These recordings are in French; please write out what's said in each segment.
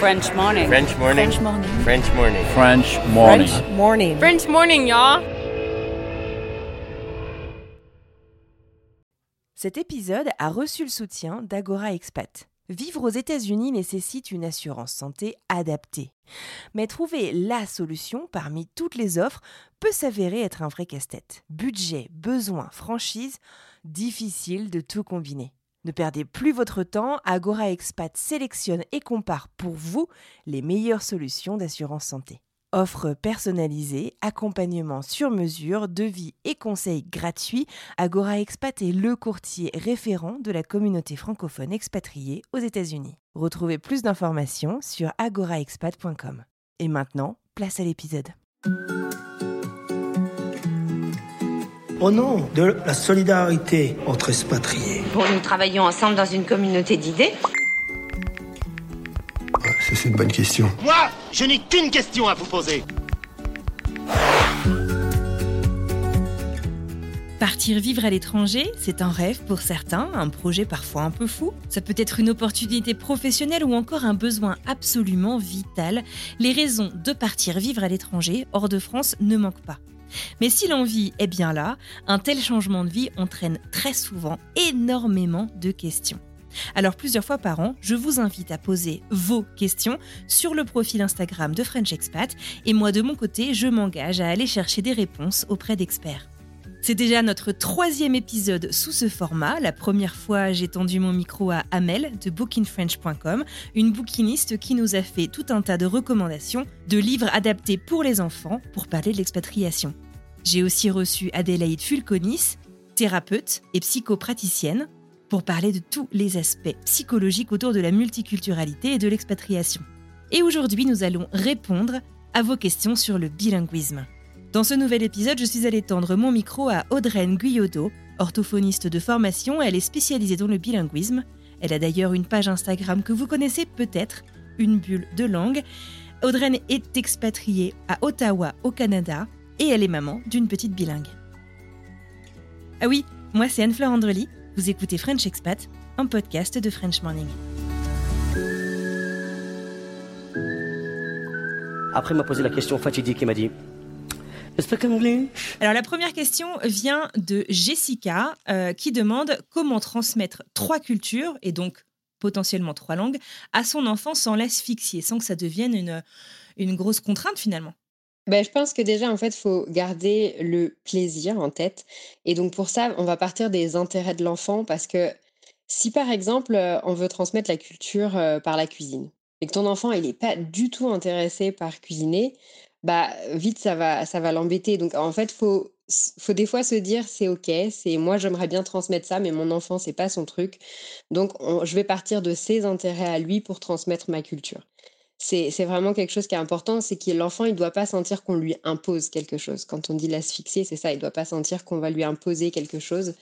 French morning. French morning. French morning. French morning. French morning. French morning. French morning, y'all. Cet épisode a reçu le soutien d'Agora Expat. Vivre aux États-Unis nécessite une assurance santé adaptée. Mais trouver la solution parmi toutes les offres peut s'avérer être un vrai casse-tête. Budget, besoins, franchise, difficile de tout combiner. Ne perdez plus votre temps, Agora Expat sélectionne et compare pour vous les meilleures solutions d'assurance santé. Offres personnalisées, accompagnement sur mesure, devis et conseils gratuits, Agora Expat est le courtier référent de la communauté francophone expatriée aux États-Unis. Retrouvez plus d'informations sur agoraexpat.com. Et maintenant, place à l'épisode. Au nom de la solidarité entre expatriés. Bon, nous travaillons ensemble dans une communauté d'idées. Ça, c'est une bonne question. Moi, je n'ai qu'une question à vous poser. Partir vivre à l'étranger, c'est un rêve pour certains, un projet parfois un peu fou. Ça peut être une opportunité professionnelle ou encore un besoin absolument vital. Les raisons de partir vivre à l'étranger, hors de France, ne manquent pas. Mais si l'envie est bien là, un tel changement de vie entraîne très souvent énormément de questions. Alors plusieurs fois par an, je vous invite à poser vos questions sur le profil Instagram de French Expat et moi de mon côté, je m'engage à aller chercher des réponses auprès d'experts. C'est déjà notre 3e épisode sous ce format. La première fois, j'ai tendu mon micro à Amel de bookingfrench.com, une bouquiniste qui nous a fait tout un tas de recommandations de livres adaptés pour les enfants pour parler de l'expatriation. J'ai aussi reçu Adélaïde Fulconis, thérapeute et psychopraticienne, pour parler de tous les aspects psychologiques autour de la multiculturalité et de l'expatriation. Et aujourd'hui, nous allons répondre à vos questions sur le bilinguisme. Dans ce nouvel épisode, je suis allée tendre mon micro à Audreyne Guyaudeau, orthophoniste de formation. Elle est spécialisée dans le bilinguisme. Elle a d'ailleurs une page Instagram que vous connaissez peut-être, Une bulle de langue. Audreyne est expatriée à Ottawa, au Canada, et elle est maman d'une petite bilingue. Ah oui, moi c'est Anne-Fleur Andrely. Vous écoutez French Expat, un podcast de French Morning. Après, il m'a posé la question fatidique, il m'a dit « Speak English ?» Alors la première question vient de Jessica qui demande comment transmettre 3 cultures, et donc potentiellement 3 langues, à son enfant sans l'asphyxier, sans que ça devienne une grosse contrainte finalement. Je pense que déjà, en fait, il faut garder le plaisir en tête. Et donc, pour ça, on va partir des intérêts de l'enfant parce que si, par exemple, on veut transmettre la culture par la cuisine et que ton enfant, il n'est pas du tout intéressé par cuisiner, vite, ça va l'embêter. Donc, en fait, faut des fois se dire, c'est OK, moi, j'aimerais bien transmettre ça, mais mon enfant, c'est pas son truc. Donc, je vais partir de ses intérêts à lui pour transmettre ma culture. C'est vraiment quelque chose qui est important, c'est que l'enfant, il ne doit pas sentir qu'on lui impose quelque chose. Quand on dit l'asphyxier, c'est ça, il ne doit pas sentir qu'on va lui imposer quelque chose.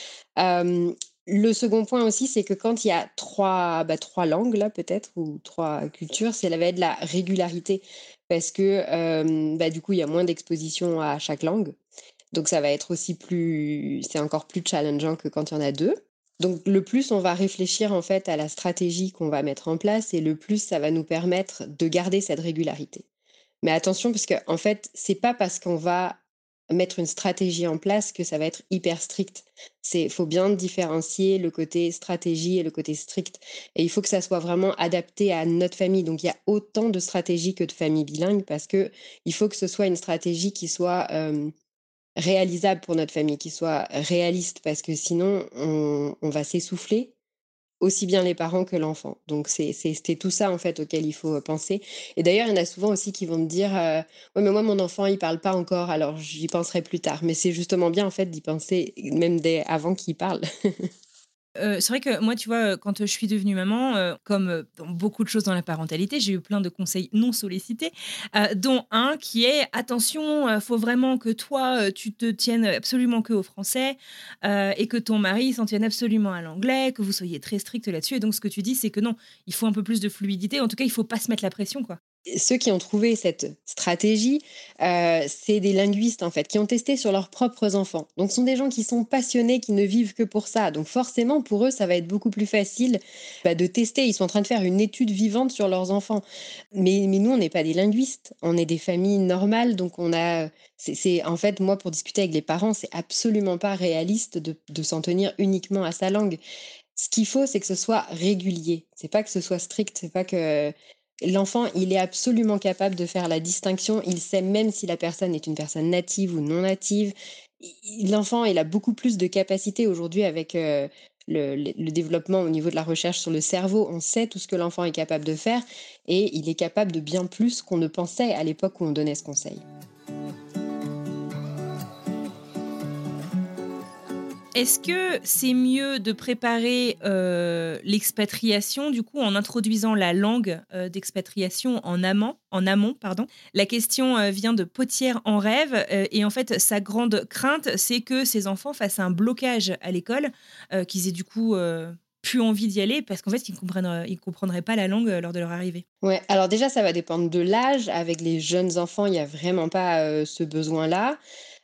Le second point aussi, c'est que quand il y a 3 langues, là, peut-être, ou 3 cultures, ça va être la régularité. Parce que, du coup, il y a moins d'exposition à chaque langue. Donc, ça va être aussi c'est encore plus challengeant que quand il y en a 2. Donc, le plus on va réfléchir en fait à la stratégie qu'on va mettre en place et le plus ça va nous permettre de garder cette régularité. Mais attention, parce que en fait, c'est pas parce qu'on va mettre une stratégie en place que ça va être hyper strict. Faut bien différencier le côté stratégie et le côté strict. Et il faut que ça soit vraiment adapté à notre famille. Donc, il y a autant de stratégies que de familles bilingues parce que il faut que ce soit une stratégie qui soit réalisable pour notre famille, qui soit réaliste, parce que sinon, on va s'essouffler, aussi bien les parents que l'enfant. Donc, c'est tout ça, en fait, auquel il faut penser. Et d'ailleurs, il y en a souvent aussi qui vont me dire « Ouais, mais moi, mon enfant, il parle pas encore, alors j'y penserai plus tard. » Mais c'est justement bien, en fait, d'y penser même avant qu'il parle. C'est vrai que moi, tu vois, quand je suis devenue maman, comme dans beaucoup de choses dans la parentalité, j'ai eu plein de conseils non sollicités, dont un qui est: attention, faut vraiment que toi, tu te tiennes absolument que au français, et que ton mari s'en tienne absolument à l'anglais, que vous soyez très strict là-dessus. Et donc, ce que tu dis, c'est que non, il faut un peu plus de fluidité. En tout cas, il faut pas se mettre la pression, quoi. ceux qui ont trouvé cette stratégie, c'est des linguistes, en fait, qui ont testé sur leurs propres enfants. Donc ce sont des gens qui sont passionnés, qui ne vivent que pour ça. Donc forcément, pour eux, ça va être beaucoup plus facile, de tester. Ils sont en train de faire une étude vivante sur leurs enfants. Mais nous, on n'est pas des linguistes, on est des familles normales, donc on a c'est en fait, moi, pour discuter avec les parents, c'est absolument pas réaliste de s'en tenir uniquement à sa langue. Ce qu'il faut, c'est que ce soit régulier. C'est pas que ce soit strict, c'est pas que l'enfant, il est absolument capable de faire la distinction. Il sait même si la personne est une personne native ou non native. L'enfant, il a beaucoup plus de capacité aujourd'hui avec le développement au niveau de la recherche sur le cerveau. On sait tout ce que l'enfant est capable de faire et il est capable de bien plus qu'on ne pensait à l'époque où on donnait ce conseil. Est-ce que c'est mieux de préparer l'expatriation, du coup, en introduisant la langue d'expatriation en amont, pardon. La question vient de Potière en rêve, et en fait, sa grande crainte, c'est que ses enfants fassent un blocage à l'école, qu'ils aient du coup plus envie d'y aller, parce qu'en fait, ils comprendraient pas la langue lors de leur arrivée. Ouais, alors déjà, ça va dépendre de l'âge. Avec les jeunes enfants, il y a vraiment pas ce besoin-là.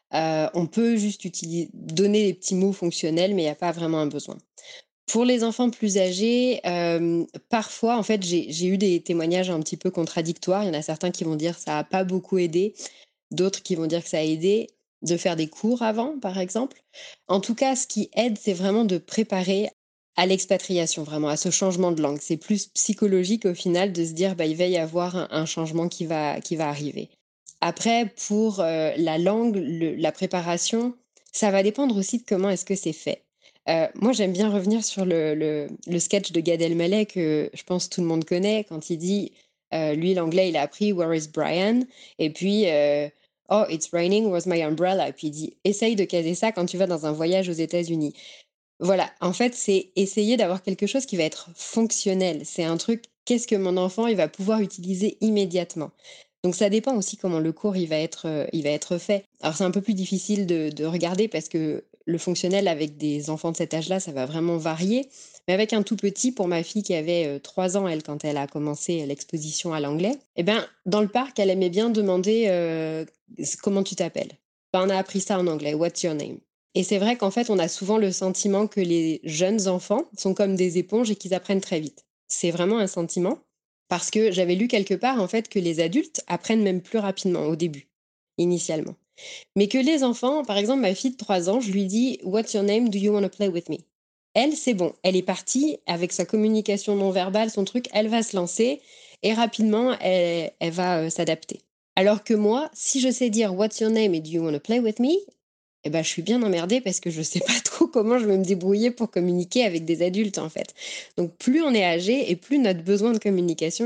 On peut juste donner des petits mots fonctionnels, mais il y a pas vraiment un besoin. Pour les enfants plus âgés, parfois, en fait, j'ai eu des témoignages un petit peu contradictoires. Il y en a certains qui vont dire: que «Ça a pas beaucoup aidé», d'autres qui vont dire que ça a aidé, de faire des cours avant, par exemple. En tout cas, ce qui aide, c'est vraiment de préparer à l'expatriation, vraiment, à ce changement de langue. C'est plus psychologique, au final, de se dire: «Bah, il va y avoir un changement qui va arriver». Après, pour la langue, la préparation, ça va dépendre aussi de comment est-ce que c'est fait. Moi, j'aime bien revenir sur le sketch de Gad Elmaleh que je pense tout le monde connaît quand il dit, lui, l'anglais, il a appris «Where is Brian?» et puis, «Oh, it's raining, where's my umbrella?» et puis il dit: «Essaye de caser ça quand tu vas dans un voyage aux États-Unis». Voilà, en fait, c'est essayer d'avoir quelque chose qui va être fonctionnel. C'est un truc, qu'est-ce que mon enfant, il va pouvoir utiliser immédiatement? Donc ça dépend aussi comment le cours, il va être fait. Alors c'est un peu plus difficile de regarder parce que le fonctionnel avec des enfants de cet âge-là, ça va vraiment varier. Mais avec un tout petit, pour ma fille qui avait 3 ans, elle, quand elle a commencé l'exposition à l'anglais, eh ben, dans le parc, elle aimait bien demander comment tu t'appelles. Ben, on a appris ça en anglais, what's your name? Et c'est vrai qu'en fait, on a souvent le sentiment que les jeunes enfants sont comme des éponges et qu'ils apprennent très vite. C'est vraiment un sentiment parce que j'avais lu quelque part en fait que les adultes apprennent même plus rapidement au début, initialement. Mais que les enfants, par exemple ma fille de 3 ans, je lui dis: «What's your name? Do you wanna play with me?» Elle, c'est bon, elle est partie avec sa communication non verbale, son truc, elle va se lancer et rapidement elle va, s'adapter. Alors que moi, si je sais dire: «What's your name et do you wanna play with me?» eh ben, je suis bien emmerdée parce que je sais pas trop comment je vais me débrouiller pour communiquer avec des adultes, en fait. Donc plus on est âgé et plus notre besoin de communication,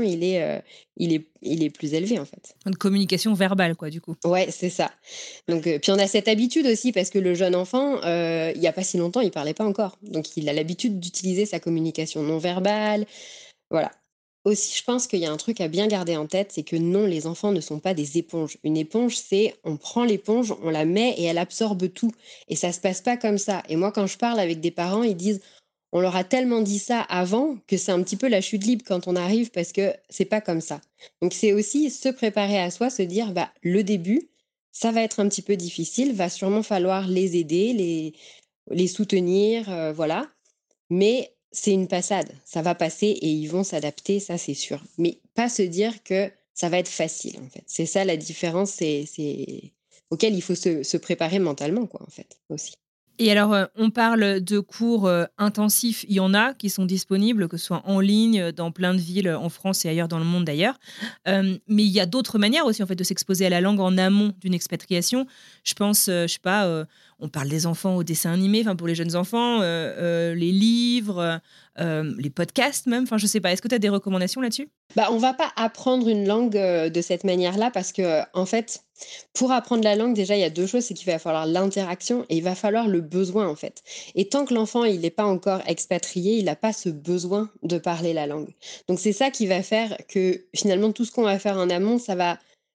il est plus élevé, en fait. Une communication verbale, quoi, du coup. Ouais, c'est ça. Donc puis on a cette habitude aussi parce que le jeune enfant, il y a pas si longtemps, il parlait pas encore. Donc il a l'habitude d'utiliser sa communication non verbale, voilà. Aussi, je pense qu'il y a un truc à bien garder en tête, c'est que non, les enfants ne sont pas des éponges. Une éponge, c'est on prend l'éponge, on la met et elle absorbe tout. Et ça se passe pas comme ça. Et moi, quand je parle avec des parents, ils disent on leur a tellement dit ça avant que c'est un petit peu la chute libre quand on arrive parce que c'est pas comme ça. Donc c'est aussi se préparer à soi, se dire bah le début, ça va être un petit peu difficile, va sûrement falloir les aider, les soutenir, voilà. Mais c'est une passade, ça va passer et ils vont s'adapter, ça c'est sûr. Mais pas se dire que ça va être facile en fait. C'est ça la différence, c'est auquel il faut se préparer mentalement quoi en fait aussi. Et alors, on parle de cours intensifs, il y en a qui sont disponibles, que ce soit en ligne, dans plein de villes, en France et ailleurs dans le monde d'ailleurs. Mais il y a d'autres manières aussi en fait de s'exposer à la langue en amont d'une expatriation. Je pense, je sais pas, on parle des enfants aux dessins animés, enfin pour les jeunes enfants, les livres, les podcasts même, enfin je sais pas. Est-ce que tu as des recommandations là-dessus? Bah, on va pas apprendre une langue, de cette manière-là parce que, en fait, pour apprendre la langue, déjà, il y a 2 choses, c'est qu'il va falloir l'interaction et il va falloir le besoin, en fait. Et tant que l'enfant, il n'est pas encore expatrié, il n'a pas ce besoin de parler la langue. Donc c'est ça qui va faire que, finalement, tout ce qu'on va faire en amont,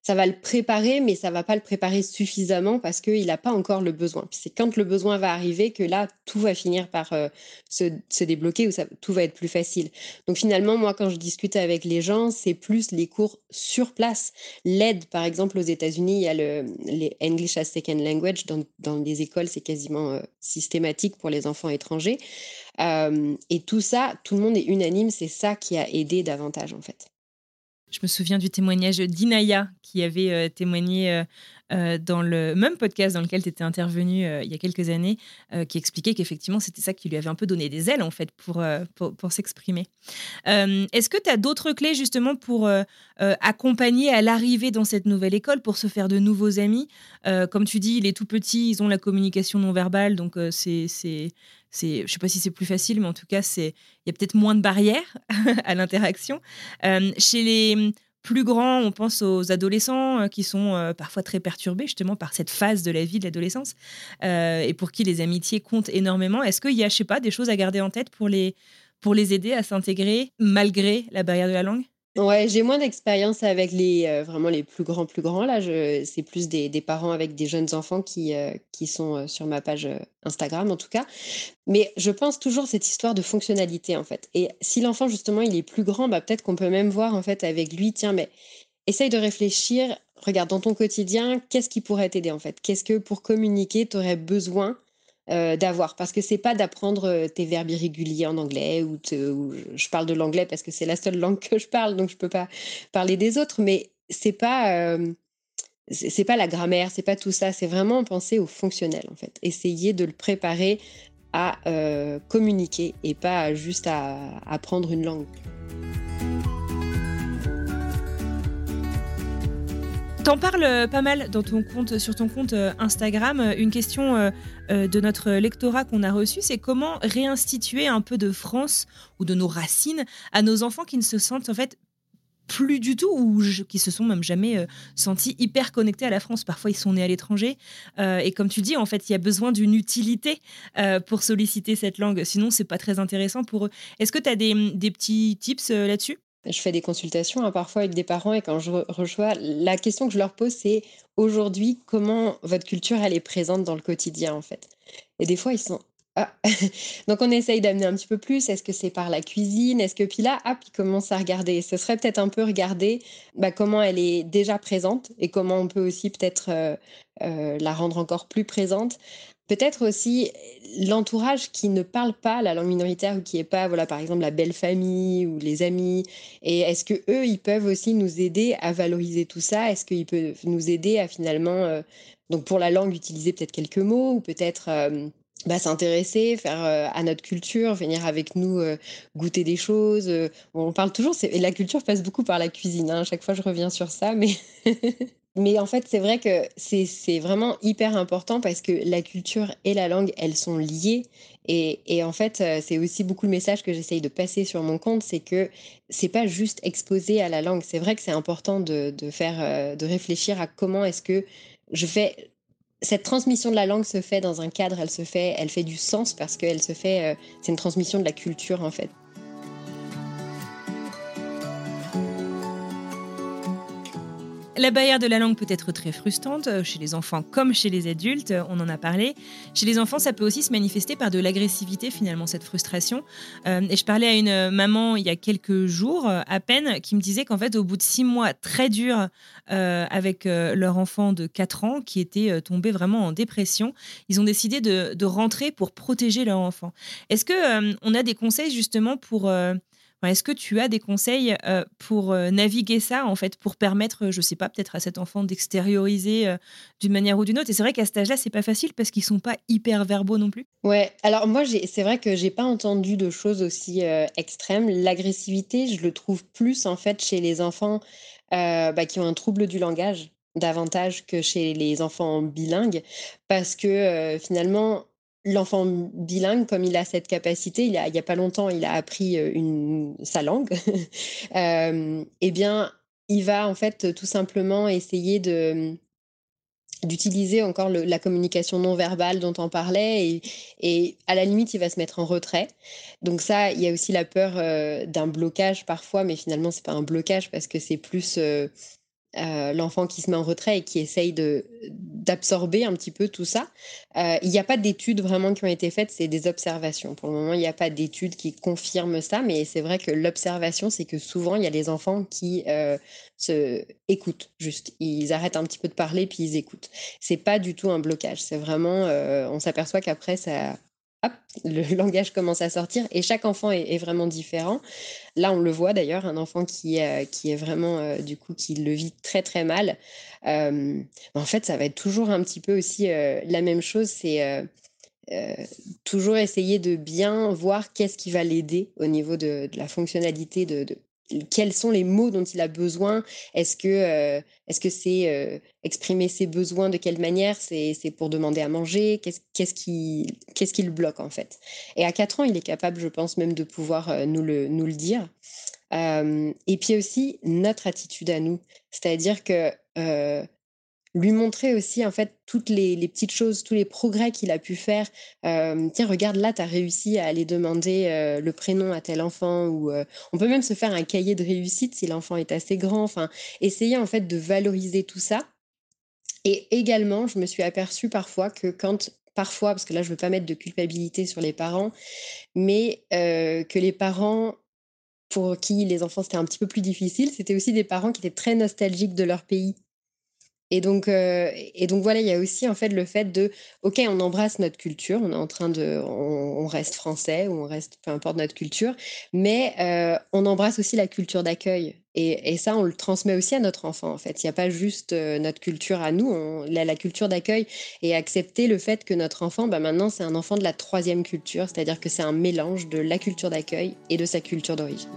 ça va le préparer, mais ça va pas le préparer suffisamment parce qu'il a pas encore le besoin. Puis c'est quand le besoin va arriver que là, tout va finir par, se débloquer ou tout va être plus facile. Donc finalement, moi, quand je discute avec les gens, c'est plus les cours sur place. L'aide, par exemple, aux États-Unis, il y a les English as Second Language. Dans les écoles, c'est quasiment, systématique pour les enfants étrangers. Et tout ça, tout le monde est unanime, c'est ça qui a aidé davantage, en fait. Je me souviens du témoignage d'Inaya qui avait témoigné dans le même podcast dans lequel tu étais intervenue il y a quelques années, qui expliquait qu'effectivement, c'était ça qui lui avait un peu donné des ailes en fait pour s'exprimer. Est-ce que tu as d'autres clés justement pour accompagner à l'arrivée dans cette nouvelle école, pour se faire de nouveaux amis? Comme tu dis, les tout petits, ils ont la communication non verbale, donc je ne sais pas si c'est plus facile, mais en tout cas, il y a peut-être moins de barrières à l'interaction. Chez les plus grands, on pense aux adolescents qui sont parfois très perturbés justement par cette phase de la vie de l'adolescence et pour qui les amitiés comptent énormément. Est-ce qu'il y a, je sais pas, des choses à garder en tête pour les aider à s'intégrer malgré la barrière de la langue? Ouais, j'ai moins d'expérience avec vraiment les plus grands là, je c'est plus des parents avec des jeunes enfants qui sont, sur ma page, Instagram en tout cas. Mais je pense toujours cette histoire de fonctionnalité en fait et si l'enfant justement il est plus grand, bah, peut-être qu'on peut même voir en fait avec lui: «Tiens, mais essaye de réfléchir, regarde dans ton quotidien, qu'est-ce qui pourrait t'aider en fait? Qu'est-ce que pour communiquer tu aurais besoin d'avoir, parce que c'est pas d'apprendre tes verbes irréguliers en anglais ou je parle de l'anglais parce que c'est la seule langue que je parle, donc je peux pas parler des autres, mais c'est pas la grammaire, c'est pas tout ça, c'est vraiment penser au fonctionnel en fait. Essayer de le préparer à communiquer et pas juste à apprendre une langue. T'en parles pas mal dans sur ton compte Instagram. Une question de notre lectorat qu'on a reçu, c'est comment réinstituer un peu de France ou de nos racines à nos enfants qui ne se sentent en fait plus du tout ou qui se sont même jamais sentis hyper connectés à la France. Parfois, ils sont nés à l'étranger. Et comme tu dis, en fait, il y a besoin d'une utilité pour solliciter cette langue. Sinon, c'est pas très intéressant pour eux. Est-ce que tu as des petits tips là-dessus? Je fais des consultations, hein, parfois avec des parents et quand je reçois, la question que je leur pose, c'est aujourd'hui, comment votre culture, elle est présente dans le quotidien, en fait. Et des fois, ils sont ah. Donc on essaye d'amener un petit peu plus. Est-ce que c'est par la cuisine? Est-ce que puis là, hop, ils commencent à regarder. Ce serait peut-être un peu regarder bah, comment elle est déjà présente et comment on peut aussi peut-être la rendre encore plus présente. Peut-être aussi l'entourage qui ne parle pas la langue minoritaire ou qui est pas, voilà, par exemple, la belle famille ou les amis. Et est-ce que eux, ils peuvent aussi nous aider à valoriser tout ça? Est-ce qu'ils peuvent nous aider à finalement, donc pour la langue, utiliser peut-être quelques mots ou peut-être bah, s'intéresser, faire à notre culture, venir avec nous goûter des choses. On parle toujours, et la culture passe beaucoup par la cuisine. Hein, à chaque fois, je reviens sur ça, mais mais en fait, c'est vrai que c'est vraiment hyper important parce que la culture et la langue, elles sont liées et en fait, c'est aussi beaucoup le message que j'essaye de passer sur mon compte, c'est que c'est pas juste exposé à la langue. C'est vrai que c'est important de faire, de réfléchir à comment est-ce que je fais cette transmission de la langue se fait dans un cadre, elle fait du sens parce qu'elle se fait, c'est une transmission de la culture, en fait. La barrière de la langue peut être très frustrante chez les enfants comme chez les adultes, on en a parlé. Chez les enfants, ça peut aussi se manifester par de l'agressivité, finalement, cette frustration. Et je parlais à une maman il y a quelques jours, à peine, qui me disait qu'en fait, au bout de 6 mois très durs avec leur enfant de 4 ans, qui était tombé vraiment en dépression, ils ont décidé de rentrer pour protéger leur enfant. Est-ce que on a des conseils justement pour... Est-ce que tu as des conseils pour naviguer ça, en fait, pour permettre, je sais pas, peut-être à cet enfant d'extérioriser d'une manière ou d'une autre? Et c'est vrai qu'à cet âge-là, c'est pas facile parce qu'ils sont pas hyper verbaux non plus. Ouais, alors moi, c'est vrai que j'ai pas entendu de choses aussi, extrêmes. L'agressivité, je le trouve plus, en fait, chez les enfants, bah, qui ont un trouble du langage, davantage que chez les enfants bilingues. Parce que, finalement, l'enfant bilingue, comme il a cette capacité, il y a pas longtemps, il a appris, sa langue, et bien, il va, en fait, tout simplement essayer d'utiliser encore la communication non verbale dont on parlait et à la limite, il va se mettre en retrait. Donc ça, il y a aussi la peur d'un blocage parfois, mais finalement, c'est pas un blocage parce que c'est plus l'enfant qui se met en retrait et qui essaye d'absorber un petit peu tout ça. Il n'y a pas d'études vraiment qui ont été faites, c'est des observations. Pour le moment, il n'y a pas d'études qui confirment ça, mais c'est vrai que l'observation, c'est que souvent, il y a des enfants qui se écoutent juste. Ils arrêtent un petit peu de parler, puis ils écoutent. C'est pas du tout un blocage. C'est vraiment, on s'aperçoit qu'après, ça, hop, le langage commence à sortir et chaque enfant est vraiment différent. Là, on le voit d'ailleurs, un enfant qui est vraiment, du coup, qui le vit très, très mal. En fait, ça va être toujours un petit peu aussi la même chose, c'est toujours essayer de bien voir qu'est-ce qui va l'aider au niveau de la fonctionnalité quels sont les mots dont il a besoin. Est-ce que c'est exprimer ses besoins de quelle manière? C'est pour demander à manger? Qu'est-ce qui le bloque en fait? Et à 4 ans, il est capable, je pense, même de pouvoir nous le dire. Et puis aussi, notre attitude à nous. C'est-à-dire que lui montrer aussi, en fait, toutes les petites choses, tous les progrès qu'il a pu faire. Tiens, regarde, là, tu as réussi à aller demander le prénom à tel enfant. Ou on peut même se faire un cahier de réussite si l'enfant est assez grand. Enfin, essayer, en fait, de valoriser tout ça. Et également, je me suis aperçue parfois que parfois, parce que là, je veux pas mettre de culpabilité sur les parents, mais que les parents pour qui les enfants, c'était un petit peu plus difficile, c'était aussi des parents qui étaient très nostalgiques de leur pays. Et donc voilà, il y a aussi en fait le fait de, OK, on embrasse notre culture, on reste français ou on reste, peu importe notre culture, mais on embrasse aussi la culture d'accueil. Et ça, on le transmet aussi à notre enfant en fait. Il n'y a pas juste notre culture à nous, la culture d'accueil et accepter le fait que notre enfant, bah, maintenant, c'est un enfant de la troisième culture, c'est-à-dire que c'est un mélange de la culture d'accueil et de sa culture d'origine.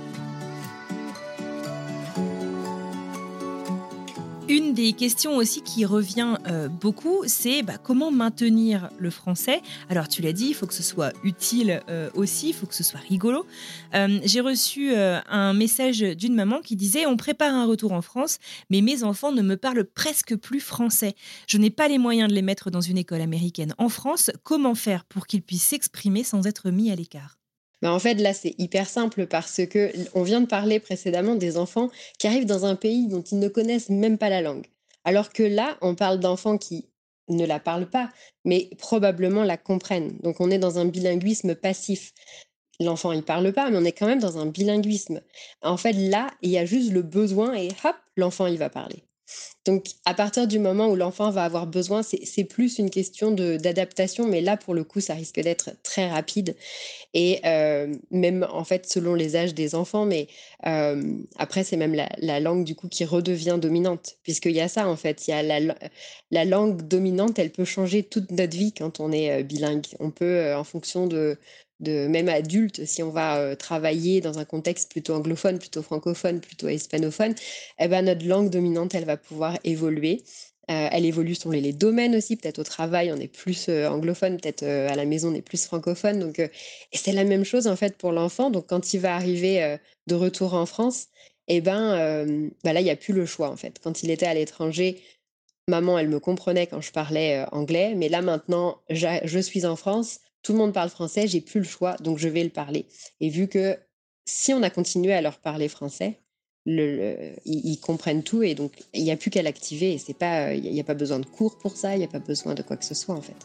Une des questions aussi qui revient beaucoup, c'est comment maintenir le français. Alors tu l'as dit, il faut que ce soit utile aussi, il faut que ce soit rigolo. J'ai reçu un message d'une maman qui disait: on prépare un retour en France, mais mes enfants ne me parlent presque plus français. Je n'ai pas les moyens de les mettre dans une école américaine en France. Comment faire pour qu'ils puissent s'exprimer sans être mis à l'écart? Bah, en fait, là, c'est hyper simple parce que on vient de parler précédemment des enfants qui arrivent dans un pays dont ils ne connaissent même pas la langue. Alors que là, on parle d'enfants qui ne la parlent pas, mais probablement la comprennent. Donc, on est dans un bilinguisme passif. L'enfant, il parle pas, mais on est quand même dans un bilinguisme. En fait, là, il y a juste le besoin et hop, l'enfant, il va parler. Donc, à partir du moment où l'enfant va avoir besoin, c'est plus une question d'adaptation, mais là, pour le coup, ça risque d'être très rapide. Et même, en fait, selon les âges des enfants, mais après, c'est même la langue, du coup, qui redevient dominante. Puisqu'il y a ça, en fait. Il y a la langue dominante, elle peut changer toute notre vie quand on est bilingue. On peut, en fonction de même adulte, si on va travailler dans un contexte plutôt anglophone, plutôt francophone, plutôt hispanophone, eh ben, notre langue dominante, elle va pouvoir évoluer. Elle évolue selon les domaines aussi. Peut-être au travail, on est plus anglophone, peut-être à la maison, on est plus francophone. Donc, et c'est la même chose en fait pour l'enfant. Donc, quand il va arriver de retour en France, eh ben, là, il n'y a plus le choix en fait. Quand il était à l'étranger, maman, elle me comprenait quand je parlais anglais. Mais là, maintenant, je suis en France, tout le monde parle français, j'ai plus le choix, donc je vais le parler. Et vu que si on a continué à leur parler français, ils comprennent tout et donc il n'y a plus qu'à l'activer. Et c'est pas, il n'y a pas besoin de cours pour ça, il n'y a pas besoin de quoi que ce soit en fait.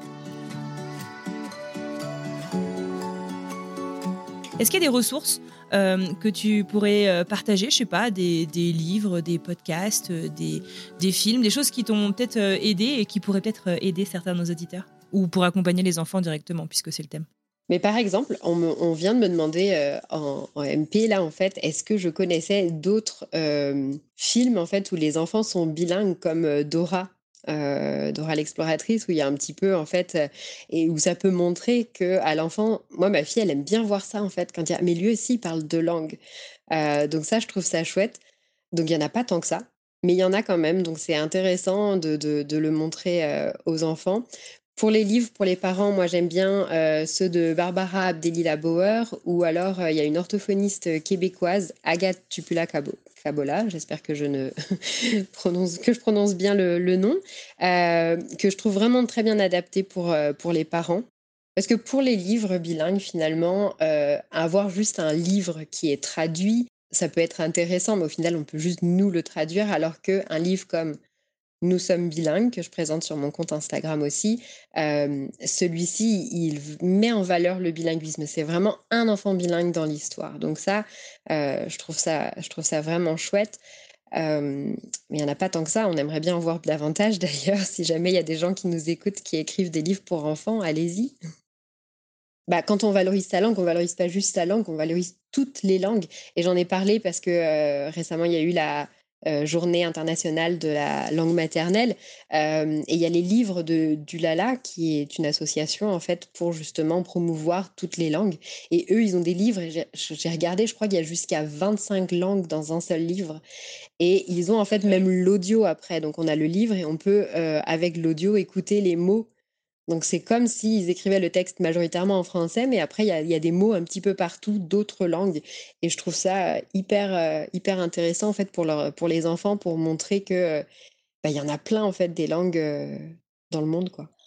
Est-ce qu'il y a des ressources que tu pourrais partager, je sais pas, des livres, des podcasts, des films, des choses qui t'ont peut-être aidé et qui pourraient peut-être aider certains de nos auditeurs? Ou pour accompagner les enfants directement, puisque c'est le thème. Mais par exemple, on vient de me demander en MP, là, en fait, est-ce que je connaissais d'autres films, en fait, où les enfants sont bilingues, comme Dora, Dora l'exploratrice, où il y a un petit peu, en fait, et où ça peut montrer que à l'enfant, moi, ma fille, elle aime bien voir ça, en fait, quand il y a, mais lui aussi, il parle deux langues. Donc ça, je trouve ça chouette. Donc il y en a pas tant que ça, mais il y en a quand même. Donc c'est intéressant de le montrer aux enfants. Pour les livres, pour les parents, moi j'aime bien ceux de Barbara Abdelila Bauer ou alors il y a une orthophoniste québécoise, Agathe Tupula Cabola, j'espère que je ne que je prononce bien le nom, que je trouve vraiment très bien adapté pour les parents. Parce que pour les livres bilingues, finalement, avoir juste un livre qui est traduit, ça peut être intéressant, mais au final, on peut juste nous le traduire, alors qu'un livre comme Nous sommes bilingues, que je présente sur mon compte Instagram aussi, celui-ci, il met en valeur le bilinguisme. C'est vraiment un enfant bilingue dans l'histoire. Donc ça, je trouve ça vraiment chouette. Mais il n'y en a pas tant que ça. On aimerait bien en voir davantage d'ailleurs. Si jamais il y a des gens qui nous écoutent, qui écrivent des livres pour enfants, allez-y. Quand on valorise sa langue, on valorise pas juste sa langue, on valorise toutes les langues. Et j'en ai parlé parce que récemment, il y a eu la journée internationale de la langue maternelle. Et il y a les livres d'Ulala, qui est une association en fait pour justement promouvoir toutes les langues. Et eux, ils ont des livres, et j'ai regardé, je crois qu'il y a jusqu'à 25 langues dans un seul livre. Et ils ont en fait même l'audio après. Donc on a le livre et on peut, avec l'audio, écouter les mots. Donc c'est comme s'ils écrivaient le texte majoritairement en français, mais après il y a des mots un petit peu partout d'autres langues. Et je trouve ça hyper intéressant en fait pour les enfants, pour montrer que il y en a plein en fait des langues dans le monde, quoi.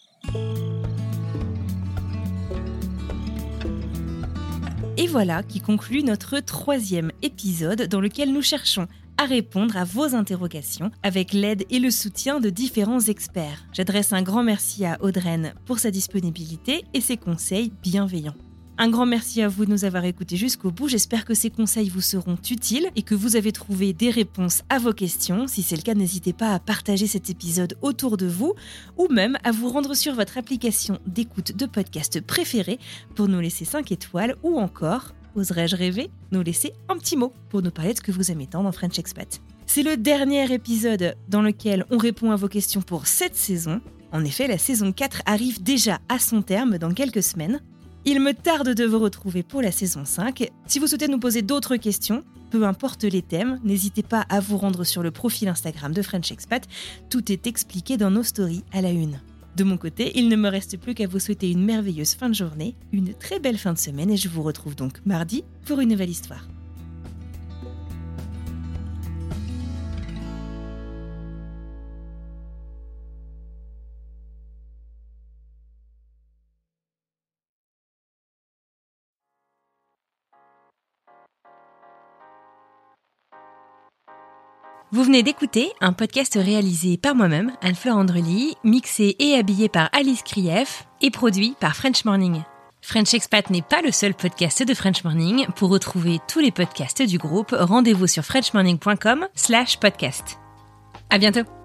Et voilà qui conclut notre 3e épisode dans lequel nous cherchons à répondre à vos interrogations avec l'aide et le soutien de différents experts. J'adresse un grand merci à Audreyne pour sa disponibilité et ses conseils bienveillants. Un grand merci à vous de nous avoir écoutés jusqu'au bout. J'espère que ces conseils vous seront utiles et que vous avez trouvé des réponses à vos questions. Si c'est le cas, n'hésitez pas à partager cet épisode autour de vous ou même à vous rendre sur votre application d'écoute de podcast préférée pour nous laisser 5 étoiles ou encore, oserais-je rêver, nous laisser un petit mot pour nous parler de ce que vous aimez tant dans French Expat. C'est le dernier épisode dans lequel on répond à vos questions pour cette saison. En effet, la saison 4 arrive déjà à son terme dans quelques semaines. Il me tarde de vous retrouver pour la saison 5. Si vous souhaitez nous poser d'autres questions, peu importe les thèmes, n'hésitez pas à vous rendre sur le profil Instagram de French Expat. Tout est expliqué dans nos stories à la une. De mon côté, il ne me reste plus qu'à vous souhaiter une merveilleuse fin de journée, une très belle fin de semaine et je vous retrouve donc mardi pour une nouvelle histoire. Vous venez d'écouter un podcast réalisé par moi-même, Anne-Fleur Andrely, mixé et habillé par Alice Krief et produit par French Morning. French Expat n'est pas le seul podcast de French Morning. Pour retrouver tous les podcasts du groupe, rendez-vous sur frenchmorning.com/podcast. À bientôt!